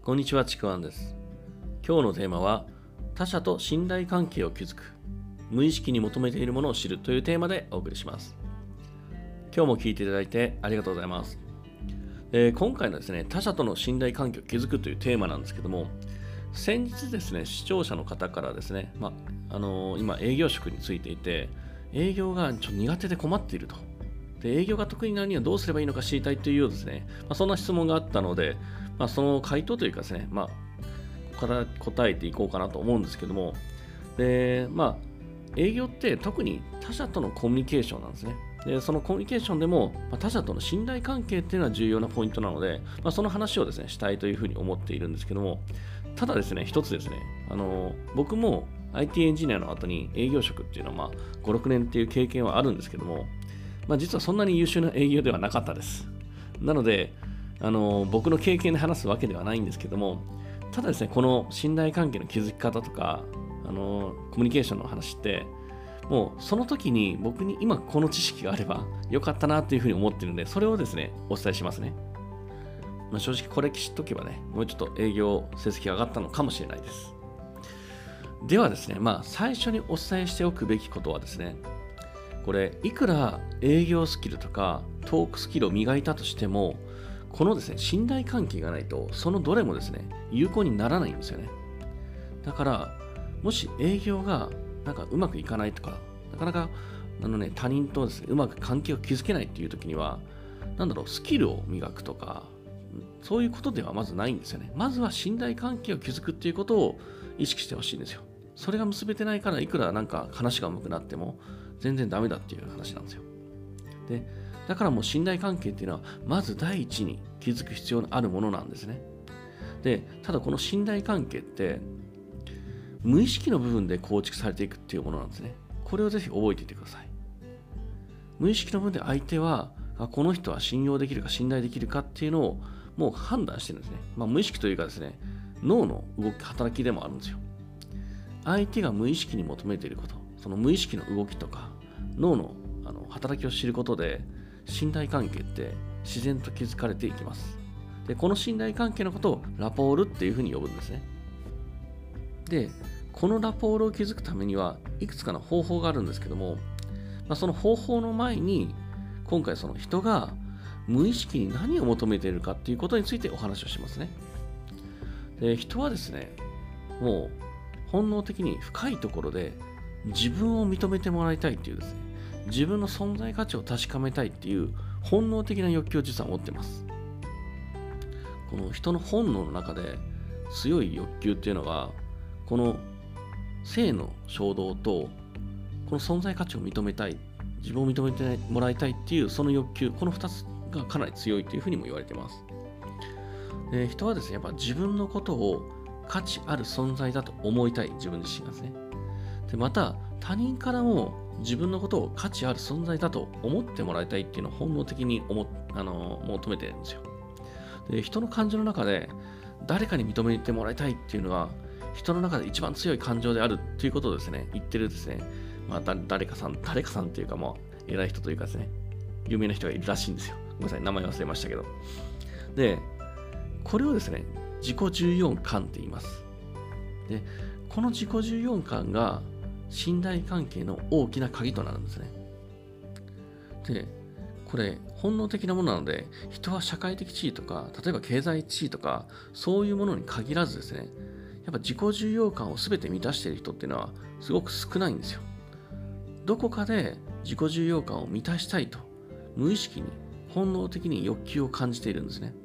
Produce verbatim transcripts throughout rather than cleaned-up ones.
こんにちは、ちくわんです。今日のテーマは、他者と信頼関係を築く、無意識に求めているものを知るというテーマでお送りします。今日も聞いていただいてありがとうございます。えー、今回のですね、他者との信頼関係を築くというテーマなんですけども、先日ですね、視聴者の方からですね、まあのー、今営業職についていて、営業がちょっと苦手で困っていると。で営業が得意なのにはどうすればいいのか知りたいというようですね、まあ、そんな質問があったので、まあ、その回答というかですね、まあ、答えていこうかなと思うんですけども、で、まあ、営業って特に他者とのコミュニケーションなんですね。で、そのコミュニケーションでも、まあ、他者との信頼関係っていうのは重要なポイントなので、まあ、その話をですね、したいというふうに思っているんですけども、ただですね、一つですね、あの、僕も アイティー エンジニアの後に営業職っていうのは、まあ、ご、ろくねんっていう経験はあるんですけども、まあ、実はそんなに優秀な営業ではなかったです。なので、あの僕の経験で話すわけではないんですけども、ただですね、この信頼関係の築き方とか、あのコミュニケーションの話って、もうその時に僕に今この知識があればよかったなというふうに思っているので、それをですね、お伝えしますね。まあ、正直これ知っとけばね、もうちょっと営業成績が上がったのかもしれないです。ではですね、まあ最初にお伝えしておくべきことはですね、これいくら営業スキルとかトークスキルを磨いたとしても、このですね、信頼関係がないとそのどれもですね、有効にならないんですよね。だからもし営業がなんかうまくいかないとか、なかなかあの、ね、他人とですね、うまく関係を築けないっていう時には、なんだろう、スキルを磨くとか、そういうことではまずないんですよね。まずは信頼関係を築くっていうことを意識してほしいんですよ。それが結べてないから、いくらなんか話が上手くなっても全然ダメだっていう話なんですよ。で、だからもう信頼関係っていうのはまず第一に築く必要のあるものなんですね。で、ただこの信頼関係って無意識の部分で構築されていくっていうものなんですね。これをぜひ覚えていてください。無意識の部分で相手はこの人は信用できるか信頼できるかっていうのをもう判断してるんですね。まあ、無意識というかですね、脳の動き働きでもあるんですよ。相手が無意識に求めていること、その無意識の動きとか脳の、あの働きを知ることで、信頼関係って自然と築かれていきます。で、この信頼関係のことをラポールっていうふうに呼ぶんですね。で、このラポールを築くためにはいくつかの方法があるんですけども、まあ、その方法の前に今回その人が無意識に何を求めているかっていうことについてお話をしますね。で、人はですね、もう本能的に深いところで自分を認めてもらいたいっていうですね、自分の存在価値を確かめたいっていう本能的な欲求を実は持っています。この人の本能の中で強い欲求っていうのが、この性の衝動とこの存在価値を認めたい、自分を認めてもらいたいっていうその欲求、このふたつがかなり強いというふうにも言われています。で、人はですね、やっぱ自分のことを価値ある存在だと思いたい、自分自身がですね。で、また他人からも自分のことを価値ある存在だと思ってもらいたいっていうのを本能的に思あの求めてるんですよ。で、人の感情の中で誰かに認めてもらいたいっていうのは人の中で一番強い感情であるということをですね、言ってるですね、まあ、誰かさん、誰かさんっていうか、もう偉い人というかですね、有名な人がいるらしいんですよ。ごめんなさい、名前忘れましたけど。で、これをですね、自己重要感って言います。で、この自己重要感が信頼関係の大きな鍵となるんですね。で、これ本能的なものなので、人は社会的地位とか、例えば経済地位とか、そういうものに限らずですね、やっぱ自己重要感を全て満たしている人っていうのはすごく少ないんですよ。どこかで自己重要感を満たしたいと、無意識に本能的に欲求を感じているんですね。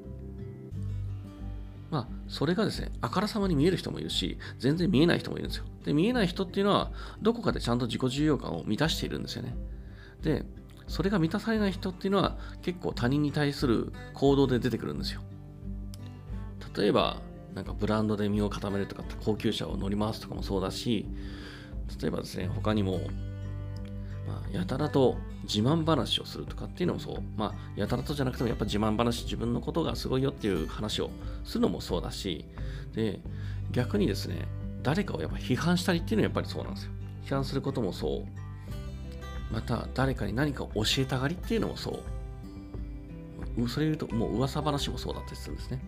まあ、それがですね、あからさまに見える人もいるし、全然見えない人もいるんですよ。で、見えない人っていうのは、どこかでちゃんと自己重要感を満たしているんですよね。で、それが満たされない人っていうのは、結構他人に対する行動で出てくるんですよ。例えば、なんかブランドで身を固めるとか、高級車を乗り回すとかもそうだし、例えばですね、他にも、まあ、やたらと自慢話をするとかっていうのもそう。まあ、やたらとじゃなくてもやっぱ自慢話、自分のことがすごいよっていう話をするのもそうだし、で、逆にですね、誰かをやっぱ批判したりっていうのはやっぱりそうなんですよ。批判することもそう。また、誰かに何かを教えたがりっていうのもそう。それ言うと、もう噂話もそうだったりするんですね。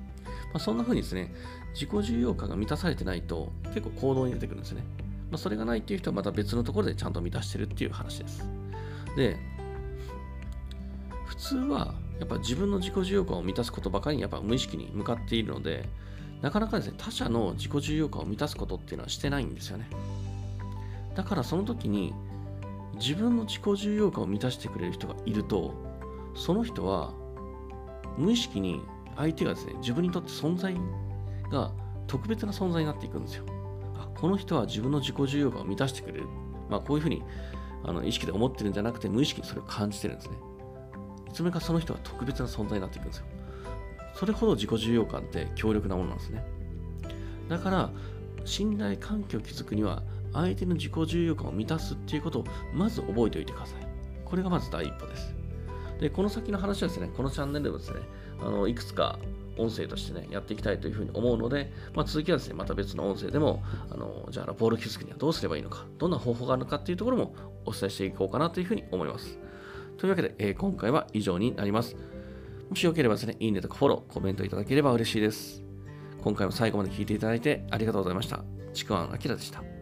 まあ、そんな風にですね、自己重要感が満たされてないと結構行動に出てくるんですね。まあ、それがないっていう人はまた別のところでちゃんと満たしてるっていう話です。で、普通はやっぱ自分の自己重要感を満たすことばかりにやっぱ無意識に向かっているので、なかなかですね、他者の自己重要感を満たすことっていうのはしてないんですよね。だからその時に自分の自己重要感を満たしてくれる人がいると、その人は無意識に相手がですね、自分にとって存在が特別な存在になっていくんですよ。あ、この人は自分の自己重要感を満たしてくれる。まあこういうふうにあの意識で思ってるんじゃなくて、無意識にそれを感じてるんですね。いつめかその人が特別な存在になっていくんですよ。それほど自己重要感って強力なものなんですね。だから信頼関係を築くには、相手の自己重要感を満たすっていうことをまず覚えておいてください。これがまず第一歩です。で、この先の話はですね、このチャンネルでもですね、あのいくつか音声としてね、やっていきたいというふうに思うので、まあ、続きはですね、また別の音声でも、あのじゃあラポール築くにはどうすればいいのか、どんな方法があるのかっていうところもお伝えしていこうかなというふうに思います。というわけで、えー、今回は以上になります。もしよければですね、いいねとかフォロー、コメントいただければ嬉しいです。今回も最後まで聞いていただいてありがとうございました。ちくわんあきらでした。